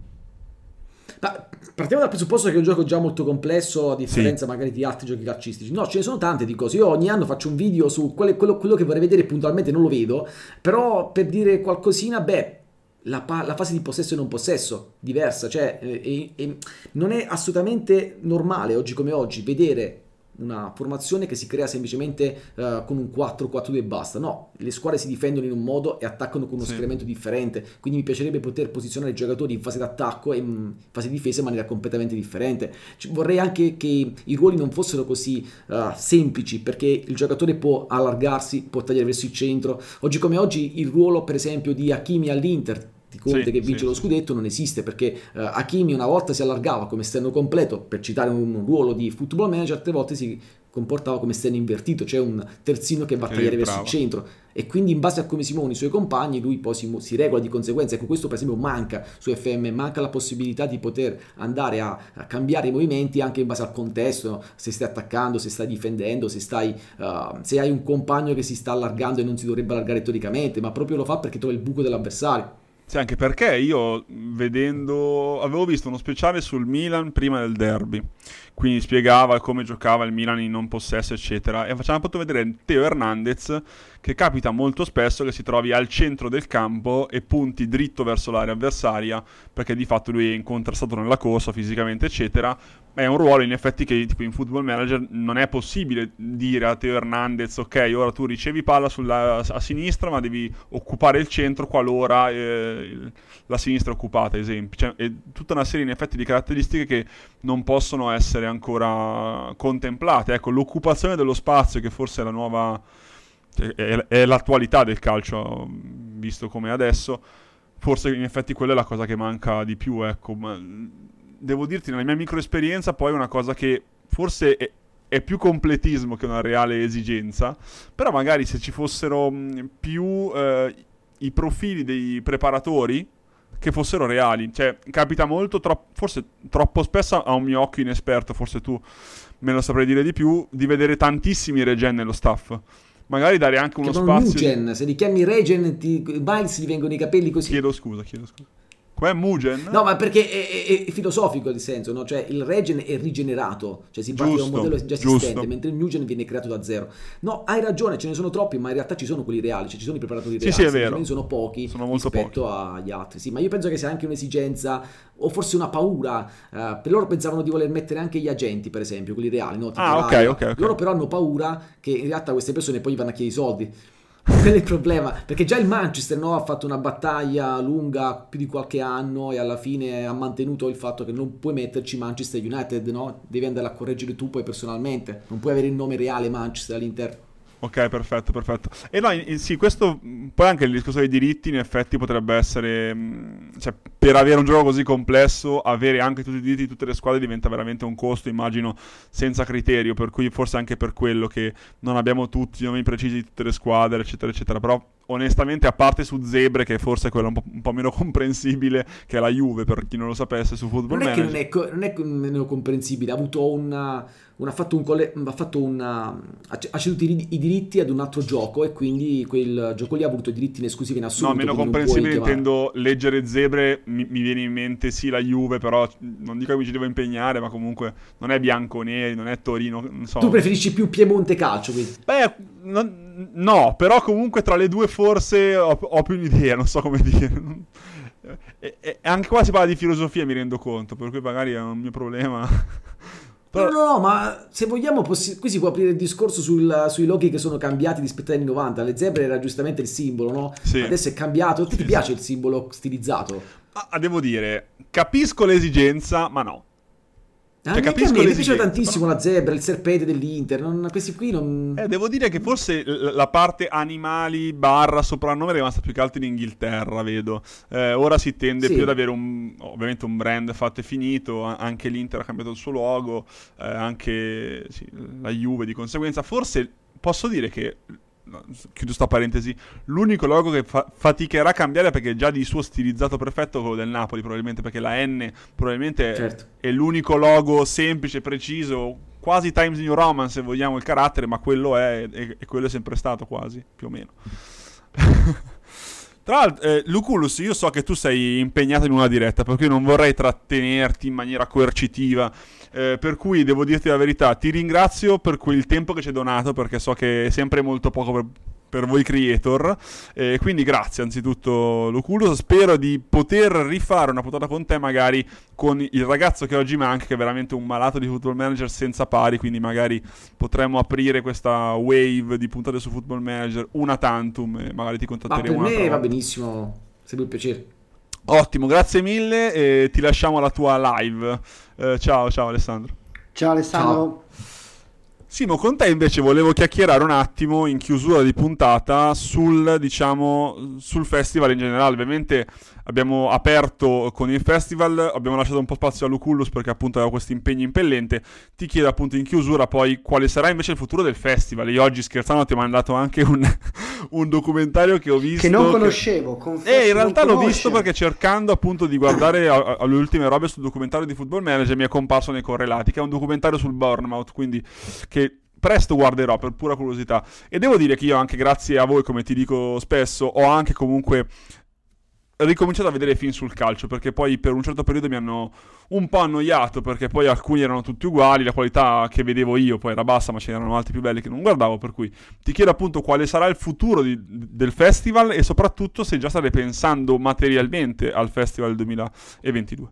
Ma partiamo dal presupposto che è un gioco già molto complesso, a differenza sì. magari di altri giochi calcistici. No, ce ne sono tante di cose. Io ogni anno faccio un video su quale, quello, quello che vorrei vedere puntualmente, non lo vedo, però per dire qualcosina, beh, La, pa- la fase di possesso e non possesso diversa, cioè eh, eh, non è assolutamente normale oggi come oggi vedere una formazione che si crea semplicemente uh, con un quattro quattro due e basta. No, le squadre si difendono in un modo e attaccano con uno sì. schieramento differente, quindi mi piacerebbe poter posizionare i giocatori in fase d'attacco e in fase di difesa in maniera completamente differente. Cioè, vorrei anche che i ruoli non fossero così uh, semplici, perché il giocatore può allargarsi, può tagliare verso il centro. Oggi come oggi il ruolo per esempio di Hakimi all'Inter Conte sì, che vince sì, lo sì. scudetto non esiste, perché uh, Hakimi una volta si allargava come esterno completo per citare un, un ruolo di football manager, altre volte si comportava come esterno invertito, cioè un terzino che va a Che tagliare verso il rientrava. centro, e quindi in base a come si muovono i suoi compagni lui poi si, si regola di conseguenza. Ecco, questo per esempio manca su F M, manca la possibilità di poter andare a, a cambiare i movimenti anche in base al contesto, no? Se stai attaccando, se stai difendendo, se stai uh, se hai un compagno che si sta allargando e non si dovrebbe allargare teoricamente, ma proprio lo fa perché trova il buco dell'avversario. Sì, anche perché io vedendo, avevo visto uno speciale sul Milan prima del derby, quindi spiegava come giocava il Milan in non possesso, eccetera, e facciamo fatto vedere Teo Hernandez, che capita molto spesso che si trovi al centro del campo e punti dritto verso l'area avversaria, perché di fatto lui è incontrastato nella corsa fisicamente, eccetera. È un ruolo in effetti che tipo in Football Manager non è possibile dire a Teo Hernandez: ok, ora tu ricevi palla sulla, a sinistra, ma devi occupare il centro qualora eh, la sinistra è occupata, esempio. Cioè, è tutta una serie in effetti di caratteristiche che non possono essere ancora contemplate. Ecco, l'occupazione dello spazio, che forse è la nuova, è, è l'attualità del calcio visto come è adesso, forse in effetti quella è la cosa che manca di più, ecco. Ma devo dirti, nella mia microesperienza poi una cosa che forse è, è più completismo che una reale esigenza, però magari se ci fossero mh, più eh, i profili dei preparatori che fossero reali. Cioè, capita molto, tro- forse troppo spesso a un mio occhio inesperto, forse tu me lo saprai dire di più, di vedere tantissimi regen nello staff. Magari dare anche uno Chiamano spazio Mugen, di... se li chiami Regen ti, Miles gli vengono i capelli così. Chiedo scusa, chiedo scusa. Com'è Mugen? No, ma perché è, è, è filosofico il senso, no? Cioè il regen è rigenerato, cioè si parte da un Giusto, modello già giusto. esistente, mentre il Mugen viene creato da zero. No, hai ragione, ce ne sono troppi, ma in realtà ci sono quelli reali, cioè ci sono i preparatori Sì, reali, sì, è vero. semplicemente sono pochi Sono molto rispetto agli altri. Sì, ma io penso che sia anche un'esigenza o forse una paura. Uh, per loro pensavano di voler mettere anche gli agenti, per esempio, quelli reali, no? Tipo Ah, ok, Raya. ok, ok. Loro però hanno paura che in realtà queste persone poi gli vanno a chiedere i soldi. Quello è il problema, perché già il Manchester, no, ha fatto una battaglia lunga più di qualche anno e alla fine ha mantenuto il fatto che non puoi metterci Manchester United, no? Devi andare a correggere tu poi personalmente, non puoi avere il nome reale Manchester all'interno. Ok, perfetto, perfetto. E no, in- in- sì, questo mh, poi anche il discorso dei diritti in effetti potrebbe essere, mh, cioè, per avere un gioco così complesso, avere anche tutti i diritti di tutte le squadre diventa veramente un costo, immagino, senza criterio, per cui forse anche per quello che non abbiamo tutti i nomi precisi di tutte le squadre, eccetera, eccetera. Però onestamente, a parte su Zebre, che forse è quella un po', un po' meno comprensibile, che è la Juve, per chi non lo sapesse, su Football Non è che Manager. non è, co- non è co- meno comprensibile, ha avuto una, una- ha fatto un colle- ha fatto una, ha c- ha ceduto i, i diritti ad un altro gioco e quindi quel gioco lì ha avuto i diritti in esclusiva in assoluto. No, meno quindi non puoi comprensibile chiamare- intendo leggere Zebre, mi, mi viene in mente sì la Juve, però non dico che mi ci devo impegnare, ma comunque non è bianconeri, non è Torino, non so. Tu preferisci più Piemonte Calcio, quindi. Beh, non- no, però comunque tra le due forse ho, ho più un'idea, non so come dire. E, e anche qua si parla di filosofia, mi rendo conto, per cui magari è un mio problema. Però- No, no, no, ma se vogliamo, possi- qui si può aprire il discorso sul- sui loghi che sono cambiati rispetto agli anni novanta. Le zebre era giustamente il simbolo, no? Sì. Adesso è cambiato. A te Sì, ti sì. piace il simbolo stilizzato? Ah, devo dire, capisco l'esigenza, ma no. Ah, Cioè, neanche a capisco me, mi piace l'esigenza, tantissimo la zebra, il serpente dell'Inter. Non, questi qui non. Eh, devo dire che forse l- la parte animali barra soprannome è rimasta più che altro in Inghilterra, vedo. Eh, ora si tende Sì. più ad avere un, ovviamente un brand fatto e finito, a- anche l'Inter ha cambiato il suo logo, eh, anche sì, la Juve di conseguenza. Forse posso dire che, no, chiudo sta parentesi, l'unico logo che fa- faticherà a cambiare perché è già di suo stilizzato perfetto è quello del Napoli, probabilmente, perché la N probabilmente è- Certo. è l'unico logo semplice, preciso, quasi Times New Roman se vogliamo il carattere, ma quello è, e, e quello è sempre stato quasi, più o meno. Tra l'altro, eh, Lucullus, io so che tu sei impegnato in una diretta, per cui non vorrei trattenerti in maniera coercitiva, eh, per cui devo dirti la verità, ti ringrazio per quel tempo che ci hai donato, perché so che è sempre molto poco per, per voi creator, eh, quindi grazie anzitutto Lucullus, spero di poter rifare una puntata con te, magari con il ragazzo che oggi manca, che è veramente un malato di Football Manager senza pari, quindi magari potremmo aprire questa wave di puntate su Football Manager una tantum e magari ti Ma contatteremo per un'altra me va volta. benissimo, sempre un piacere. Ottimo, grazie mille e ti lasciamo alla tua live. Eh, ciao, ciao Alessandro. Ciao Alessandro. Ciao. Simo, con te invece volevo chiacchierare un attimo in chiusura di puntata sul, diciamo, sul festival in generale. Ovviamente abbiamo aperto con il festival, abbiamo lasciato un po' spazio a Lucullus perché appunto aveva questo impegno impellente. Ti chiedo appunto in chiusura poi quale sarà invece il futuro del festival. Io oggi, scherzando, ti ho mandato anche un, un documentario che ho visto, che non conoscevo, che... eh, in realtà l'ho visto perché cercando appunto di guardare a, a, alle ultime robe sul documentario di Football Manager mi è comparso nei correlati, che è un documentario sul Bournemouth, quindi che presto guarderò per pura curiosità. E devo dire che io anche grazie a voi, come ti dico spesso, ho anche comunque ricominciato a vedere film sul calcio, perché poi per un certo periodo mi hanno un po' annoiato, perché poi alcuni erano tutti uguali, la qualità che vedevo io poi era bassa, ma ce n'erano altri più belli che non guardavo, per cui ti chiedo appunto quale sarà il futuro di, del festival e soprattutto se già state pensando materialmente al festival duemilaventidue.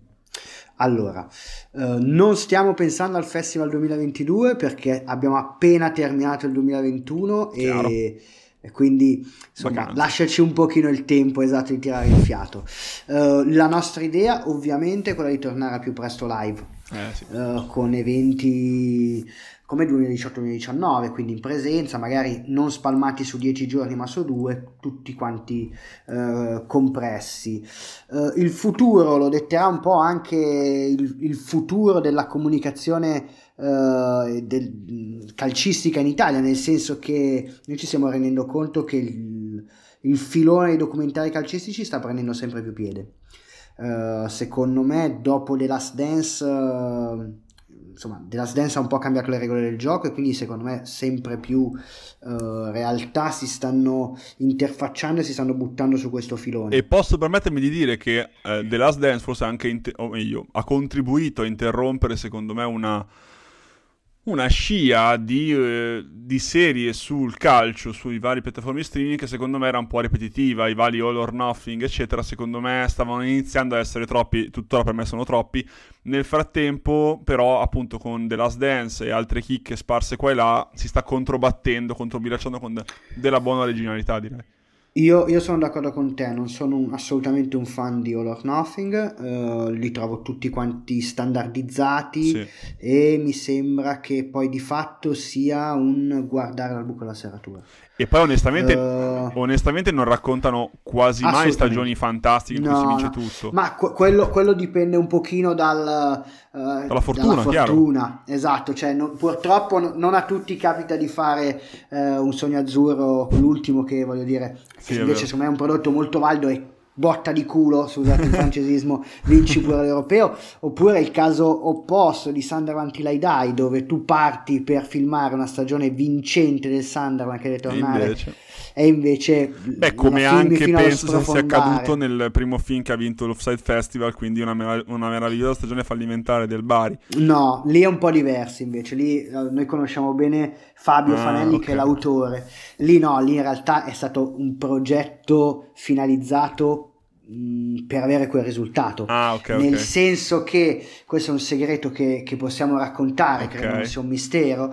Allora, eh, non stiamo pensando al Festival duemilaventidue perché abbiamo appena terminato il duemilaventuno e, e quindi insomma lasciaci un pochino il tempo esatto di tirare il fiato. Uh, la nostra idea ovviamente è quella di tornare al più presto live, eh, sì. uh, con eventi come duemiladiciotto duemiladiciannove, quindi in presenza, magari non spalmati su dieci giorni ma su due, tutti quanti uh, compressi. Uh, il futuro lo detterà un po' anche il, il futuro della comunicazione uh, del, calcistica in Italia, nel senso che noi ci stiamo rendendo conto che il, il filone dei documentari calcistici sta prendendo sempre più piede. Uh, secondo me dopo The Last Dance uh, insomma The Last Dance ha un po' cambiato le regole del gioco e quindi secondo me sempre più uh, realtà si stanno interfacciando e si stanno buttando su questo filone. E posso permettermi di dire che uh, The Last Dance forse anche inter- o meglio ha contribuito a interrompere secondo me una una scia di, eh, di serie sul calcio sui vari piattaforme streaming che secondo me era un po' ripetitiva, i vari All or Nothing eccetera, secondo me stavano iniziando a essere troppi, tuttora per me sono troppi. Nel frattempo però appunto con The Last Dance e altre chicche sparse qua e là si sta controbattendo, controbilanciando con de- della buona originalità, direi. Io, io sono d'accordo con te, non sono un, assolutamente un fan di All or Nothing, uh, li trovo tutti quanti standardizzati, sì. E mi sembra che poi di fatto sia un guardare dal buco della serratura. E poi onestamente, uh, onestamente non raccontano quasi mai stagioni fantastiche in cui no, si vince no. tutto. Ma que- quello, quello dipende un pochino dal, uh, dalla fortuna, dalla fortuna. Esatto, cioè no, purtroppo no, non a tutti capita di fare uh, un Sogno Azzurro, l'ultimo che voglio dire, sì, che invece secondo me è un prodotto molto valido e botta di culo, scusate il francesismo, vinci pure l'europeo, oppure il caso opposto di Sunderland Till I Die, dove tu parti per filmare una stagione vincente del Sunderland che deve tornare e invece, e invece beh, come anche penso sia accaduto nel primo film che ha vinto l'Offside Festival, quindi una, merav- una meravigliosa stagione fallimentare del Bari. No, lì è un po' diverso invece, lì noi conosciamo bene Fabio ah, Fanelli okay. che è l'autore, lì no, lì in realtà è stato un progetto finalizzato per avere quel risultato, ah, okay, nel okay. senso che questo è un segreto che, che possiamo raccontare, okay. Credo non sia un mistero.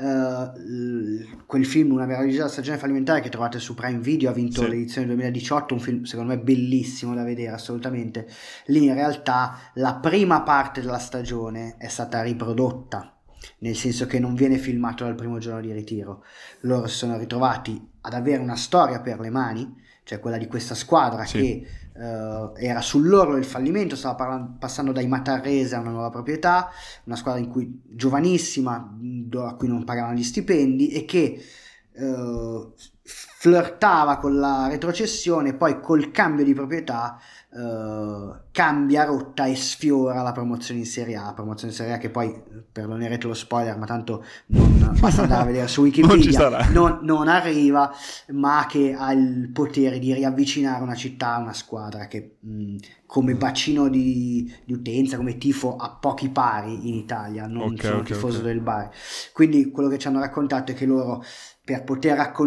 Uh, quel film, Una meravigliosa stagione fallimentare, che trovate su Prime Video, ha vinto sì. l'edizione duemiladiciotto, un film secondo me bellissimo da vedere assolutamente. Lì in realtà la prima parte della stagione è stata riprodotta, nel senso che non viene filmato dal primo giorno di ritiro. Loro si sono ritrovati ad avere una storia per le mani, cioè quella di questa squadra sì. che uh, era sull'orlo del fallimento, stava parlando, passando dai Matarrese a una nuova proprietà, una squadra in cui giovanissima, a cui non pagavano gli stipendi e che uh, flirtava con la retrocessione, poi col cambio di proprietà uh, cambia rotta e sfiora la promozione in Serie A, promozione in Serie A che poi, perdonerete lo spoiler, ma tanto non basta andare a vedere su Wikipedia, non, non, non arriva, ma che ha il potere di riavvicinare una città a una squadra che mh, come bacino di, di utenza, come tifo, ha pochi pari in Italia, non okay, sono okay, tifoso okay. del Bari. Quindi quello che ci hanno raccontato è che loro, per poter raccontare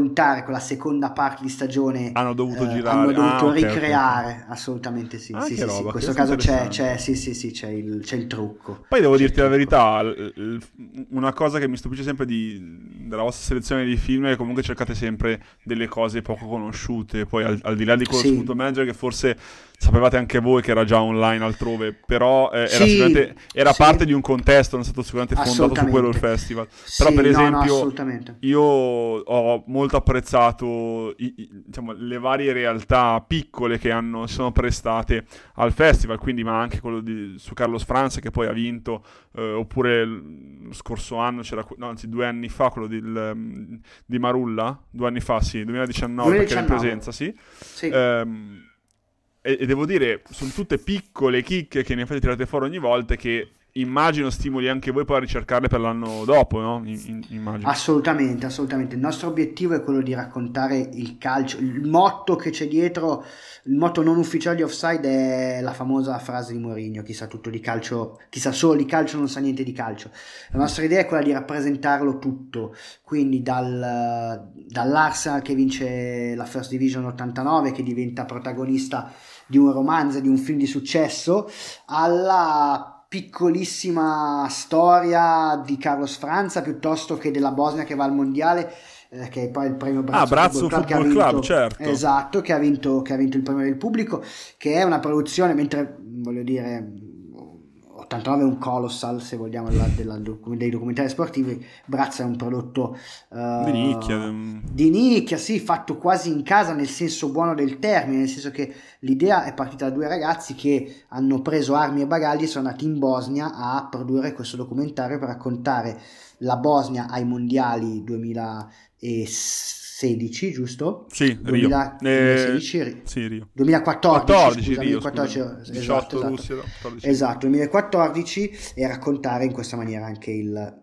con la seconda parte di stagione hanno dovuto eh, girare, hanno dovuto ah, okay, ricreare, okay. assolutamente sì, Ah, sì, che sì, roba, sì. In questo questo caso c'è, interessante. c'è, sì, sì, sì, c'è il, c'è il trucco. Poi devo C'è dirti il la trucco. verità, l- l- una cosa che mi stupisce sempre di, della vostra selezione di film è che comunque cercate sempre delle cose poco conosciute, poi al, al di là di quello su Sì. Football Manager che forse sapevate anche voi che era già online altrove, però eh, era Sì, sicuramente era sì. parte di un contesto, non è stato sicuramente fondato su quello il Assolutamente. festival. Sì, Però per no, no, esempio assolutamente. io ho molto apprezzato i- i- diciamo, le varie realtà piccole che hanno, si sono prestate al festival, quindi ma anche quello di, su Carlos Franz che poi ha vinto, eh, oppure lo scorso anno c'era, que- no, anzi due anni fa quello di, il, di Marulla, due anni fa sì, duemiladiciannove, perché era in duemiladiciannove. presenza, sì. Sì. Ehm, e, e devo dire, sono tutte piccole chicche che in effetti tirate fuori ogni volta che immagino stimoli anche voi poi a ricercarle per l'anno dopo, no? In- in- immagino. Assolutamente, assolutamente. Il nostro obiettivo è quello di raccontare il calcio. Il motto che c'è dietro, il motto non ufficiale di Offside è la famosa frase di Mourinho: chi sa tutto di calcio, chi sa solo di calcio non sa niente di calcio. La nostra idea è quella di rappresentarlo tutto, quindi dal, dall'Arsenal che vince la First Division ottantanove, che diventa protagonista di un romanzo, di un film di successo, alla piccolissima storia di Carlos Franza piuttosto che della Bosnia che va al mondiale, eh, che è poi il premio Brazzo, Ah, Brazzo Football Club, che ha Football Club, vinto, certo. esatto, che ha vinto, che ha vinto il premio del pubblico, che è una produzione, mentre voglio dire ottantanove è un colossal se vogliamo della, della, dei documentari sportivi, Brazzo è un prodotto uh, Di nicchia. di nicchia, sì, fatto quasi in casa nel senso buono del termine, nel senso che l'idea è partita da due ragazzi che hanno preso armi e bagagli e sono andati in Bosnia a produrre questo documentario per raccontare la Bosnia ai mondiali duemilasedici, giusto? Sì, duemila, Rio. duemilasedici, Eh, sì, Rio. duemilaquattordici, quattordici, scusami, Rio, quattordici, scusa. esatto, diciotto esatto. Russia, quattordici. Esatto, duemilaquattordici, e raccontare in questa maniera anche il,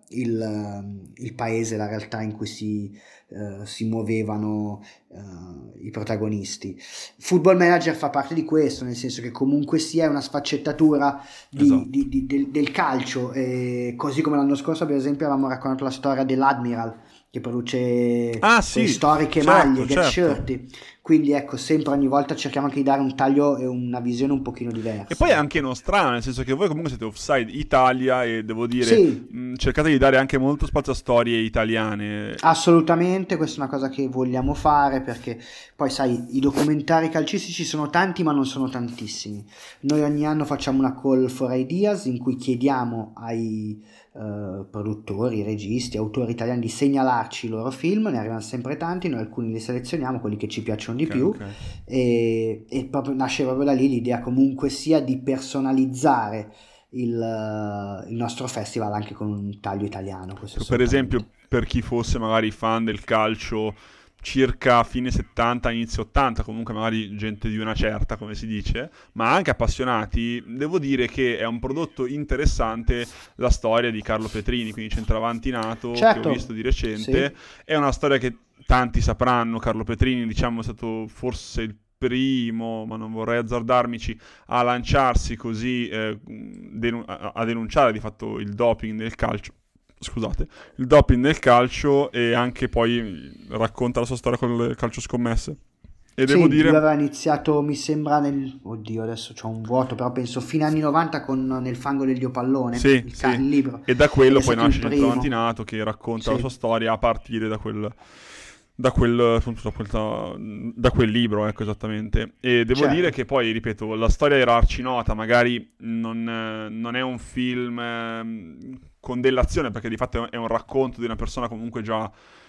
il, il paese, la realtà in cui si, uh, si muovevano uh, i protagonisti. Football Manager fa parte di questo, nel senso che comunque sia una sfaccettatura di, Esatto. di, di, del, del calcio, e così come l'anno scorso per esempio avevamo raccontato la storia dell'Admiral che produce ah, sì, quelle storiche certo, maglie, get certo. shirty. Quindi ecco, sempre ogni volta cerchiamo anche di dare un taglio e una visione un pochino diversa. E poi è anche nostrana, nel senso che voi comunque siete Offside Italia e devo dire, sì. mh, cercate di dare anche molto spazio a storie italiane. Assolutamente, questa è una cosa che vogliamo fare, perché poi sai, i documentari calcistici sono tanti ma non sono tantissimi. Noi ogni anno facciamo una call for ideas in cui chiediamo ai Uh, produttori, registi, autori italiani di segnalarci i loro film, ne arrivano sempre tanti, noi alcuni li selezioniamo, quelli che ci piacciono di Okay, più, okay. E, e proprio nasce proprio da lì l'idea comunque sia di personalizzare il, uh, il nostro festival anche con un taglio italiano. Questo Per esempio, per chi fosse magari fan del calcio circa fine settanta, inizio ottanta, comunque magari gente di una certa, come si dice, ma anche appassionati, devo dire che è un prodotto interessante la storia di Carlo Petrini, quindi centravanti nato, certo. che ho visto di recente. Sì. È una storia che tanti sapranno. Carlo Petrini, diciamo, è stato forse il primo, ma non vorrei azzardarmici, a lanciarsi così, eh, denu- a denunciare di fatto il doping nel calcio. Scusate, il doping nel calcio, e anche poi racconta la sua storia con il calcio scommesse. E sì, devo dire, lui aveva iniziato, mi sembra, nel oddio, adesso c'ho un vuoto, però penso fine anni novanta con Nel fango del dio pallone, sì, il, sì. ca- il libro. E da quello Ed è poi stato il nasce il primo. Centravanti che racconta Sì. la sua storia a partire da quel da quel, appunto, da, quel da quel libro, ecco, esattamente. E devo Certo. dire che poi, ripeto, la storia era arcinota, magari non, non è un film eh, con dell'azione, perché di fatto è un racconto di una persona comunque già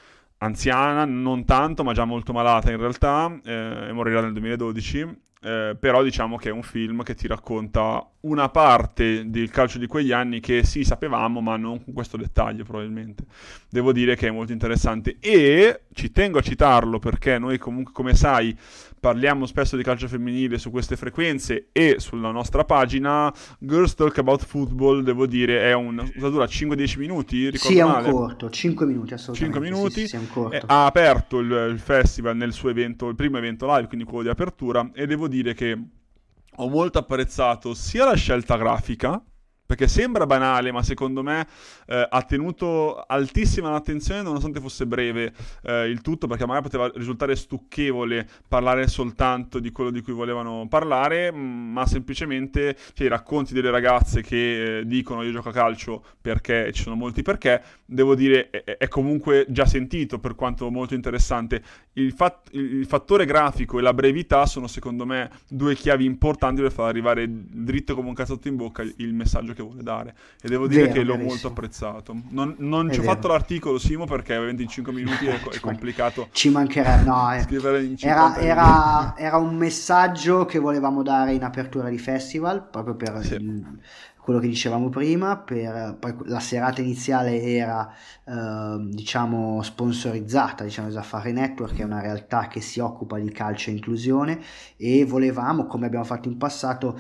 anziana, non tanto, ma già molto malata in realtà, eh, e morirà nel duemiladodici. Eh, però diciamo che è un film che ti racconta una parte del calcio di quegli anni che sì, sapevamo, ma non con questo dettaglio probabilmente. Devo dire che è molto interessante, e ci tengo a citarlo perché noi comunque, come sai, parliamo spesso di calcio femminile su queste frequenze e sulla nostra pagina. Girls Talk About Football, devo dire, è un, cosa dura? cinque dieci minuti? Ricordo Sì, è un male? corto, cinque minuti assolutamente. cinque minuti, sì, sì, sì, è un corto. Eh, ha aperto il, il festival nel suo evento, il primo evento live, quindi quello di apertura, e devo dire che ho molto apprezzato sia la scelta grafica, perché sembra banale, ma secondo me eh, ha tenuto altissima l'attenzione nonostante fosse breve eh, il tutto, perché magari poteva risultare stucchevole parlare soltanto di quello di cui volevano parlare, ma semplicemente cioè, i racconti delle ragazze che eh, dicono io gioco a calcio perché, ci sono molti perché, devo dire è, è comunque già sentito, per quanto molto interessante. Il, fat- il fattore grafico e la brevità sono secondo me due chiavi importanti per far arrivare dritto come un cazzotto in bocca il messaggio che vuole dare, e devo dire Vero, che l'ho verissimo. molto apprezzato. Non, non ci ho vero. fatto l'articolo, Simo, perché ovviamente in cinque minuti è, è complicato Ci mancherebbe, no, eh. scrivere in Era, cinquanta era, era un messaggio che volevamo dare in apertura di festival, proprio per Sì. il- quello che dicevamo prima. Per, poi la serata iniziale era eh, diciamo sponsorizzata, diciamo, da Safari Network, che è una realtà che si occupa di calcio e inclusione, e volevamo, come abbiamo fatto in passato,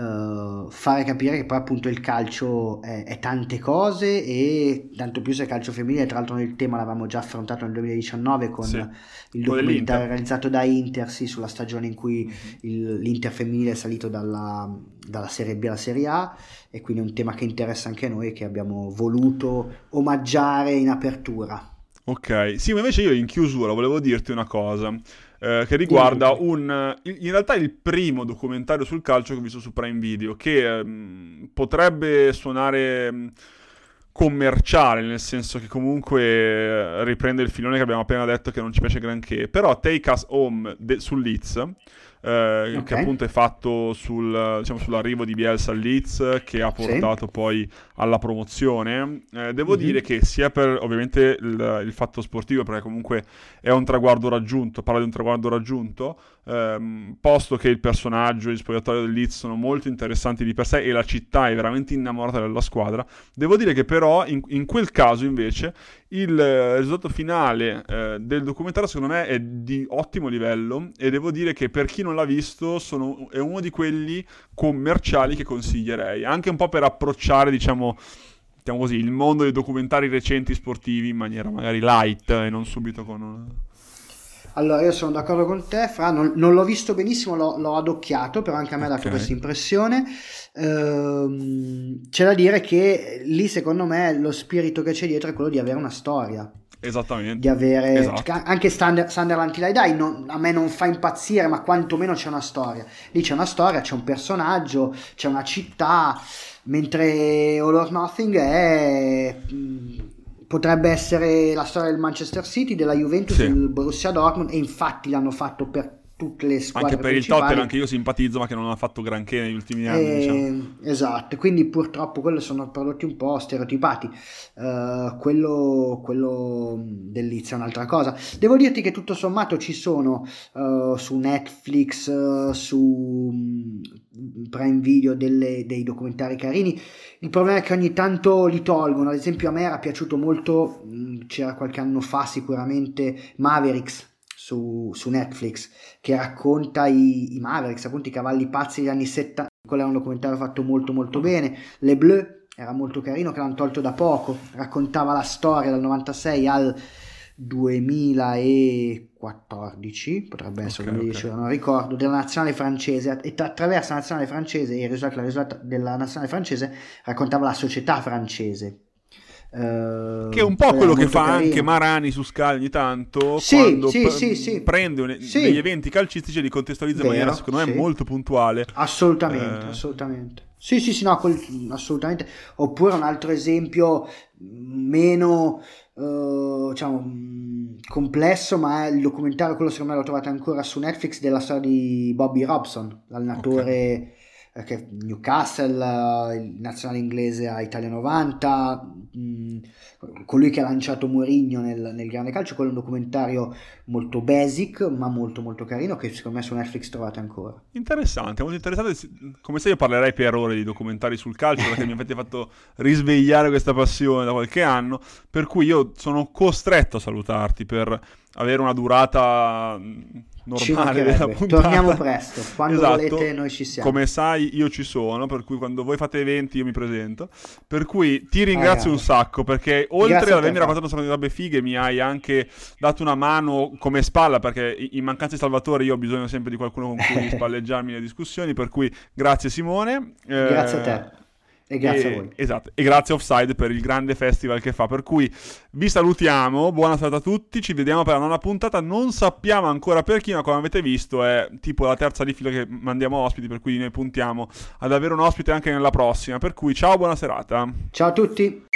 eh, fare capire che poi appunto il calcio è, è tante cose, e tanto più se è calcio femminile. Tra l'altro il tema l'avevamo già affrontato nel duemiladiciannove con Sì. il Con documentario l'Inter. realizzato da Inter, sì, sulla stagione in cui il- l'Inter femminile è salito dalla, dalla Serie B alla Serie A, e quindi è un tema che interessa anche a noi e che abbiamo voluto omaggiare in apertura. Ok, sì, ma invece io in chiusura volevo dirti una cosa eh, che riguarda Dimmi. un, il- in realtà il primo documentario sul calcio che ho visto su Prime Video, che ehm, potrebbe suonare ehm, commerciale, nel senso che comunque eh, riprende il filone che abbiamo appena detto che non ci piace granché, però Take Us Home de- sul Leeds, eh, Ok. che appunto è fatto sul, diciamo, sull'arrivo di Bielsa al Leeds, che ha Sì. portato poi alla promozione. Eh, devo Mhm. dire che sia per ovviamente il, il fatto sportivo, perché comunque è un traguardo raggiunto, parla di un traguardo raggiunto, ehm, posto che il personaggio e il spogliatoio del Leeds sono molto interessanti di per sé e la città è veramente innamorata della squadra. Devo dire che però in, in quel caso invece il eh, risultato finale eh, del documentario secondo me è di ottimo livello, e devo dire che per chi non l'ha visto sono, è uno di quelli commerciali che consiglierei, anche un po' per approcciare, diciamo, diciamo così, il mondo dei documentari recenti sportivi in maniera magari light e non subito con una... Allora, io sono d'accordo con te, Fra, non, non l'ho visto benissimo, l'ho, l'ho adocchiato, però anche a me ha dato Ok. questa impressione. Ehm, c'è da dire che lì, secondo me, lo spirito che c'è dietro è quello di avere una storia, Esattamente. di avere, Esatto. cioè, anche Thunder, Sunderland Till I Die non- a me non fa impazzire, ma quantomeno c'è una storia. Lì c'è una storia, c'è un personaggio, c'è una città, mentre All or Nothing è... mh, potrebbe essere la storia del Manchester City, della Juventus, Sì. del Borussia Dortmund, e infatti l'hanno fatto per tutte le squadre Anche per il principali. Tottenham, anche io simpatizzo, ma che non ha fatto granché negli ultimi anni, diciamo. Eh, esatto, quindi purtroppo quello sono prodotti un po' stereotipati. Eh, quello, quello del Leeds è un'altra cosa. Devo dirti che tutto sommato ci sono eh, su Netflix, eh, su mm, Prime Video delle- dei documentari carini. Il problema è che ogni tanto li tolgono. Ad esempio, a me era piaciuto molto, mm, c'era qualche anno fa sicuramente, Mavericks su, su Netflix, che racconta i, i Mavericks, appunto i cavalli pazzi degli anni settanta. Quello è un documentario fatto molto molto bene. Les Bleus era molto carino, che l'hanno tolto da poco, raccontava la storia dal novantasei al duemilaquattordici, potrebbe essere, Ok, duemiladieci, ok. non ricordo, della nazionale francese, e tra- attraverso la nazionale francese e il risultato, il risultato della nazionale francese raccontava la società francese. Eh, Che è un po' era quello che molto fa carino. anche Marani su Sky ogni tanto, Sì, quando sì, p- sì, sì. prende un- Sì. degli eventi calcistici e li contestualizza in Vero, maniera, secondo me, sì. molto puntuale. Assolutamente, Eh. assolutamente. Sì, sì, sì, no, quel- assolutamente. Oppure un altro esempio mh, meno, eh, diciamo, mh, complesso, ma è il documentario, quello secondo me lo trovate ancora su Netflix, della storia di Bobby Robson, l'allenatore eh, che Newcastle, eh, il nazionale inglese a Italia novanta, mh, colui che ha lanciato Mourinho nel, nel grande calcio. Quello è un documentario molto basic, ma molto molto carino, che secondo me su Netflix trovate ancora. Interessante, molto interessante. Come sai, io parlerei per ore di documentari sul calcio, perché mi avete fatto risvegliare questa passione da qualche anno, per cui io sono costretto a salutarti per avere una durata mh, Ci normale mancherebbe. della puntata. Torniamo presto, quando Esatto. volete noi ci siamo. Come sai, io ci sono, per cui quando voi fate eventi io mi presento. Per cui ti ringrazio Ah, un sacco, perché oltre Grazie ad a te, avermi Fra. raccontato un sacco di robe fighe, mi hai anche dato una mano come spalla, perché in mancanza di Salvatore io ho bisogno sempre di qualcuno con cui spalleggiarmi le discussioni, per cui grazie Simone. Eh, Grazie a te. E grazie e, a voi. Esatto, e grazie a Offside per il grande festival che fa, per cui vi salutiamo, buona serata a tutti, ci vediamo per la nona puntata, non sappiamo ancora per chi, ma come avete visto è tipo la terza di fila che mandiamo ospiti, per cui noi puntiamo ad avere un ospite anche nella prossima, per cui ciao, buona serata. Ciao a tutti.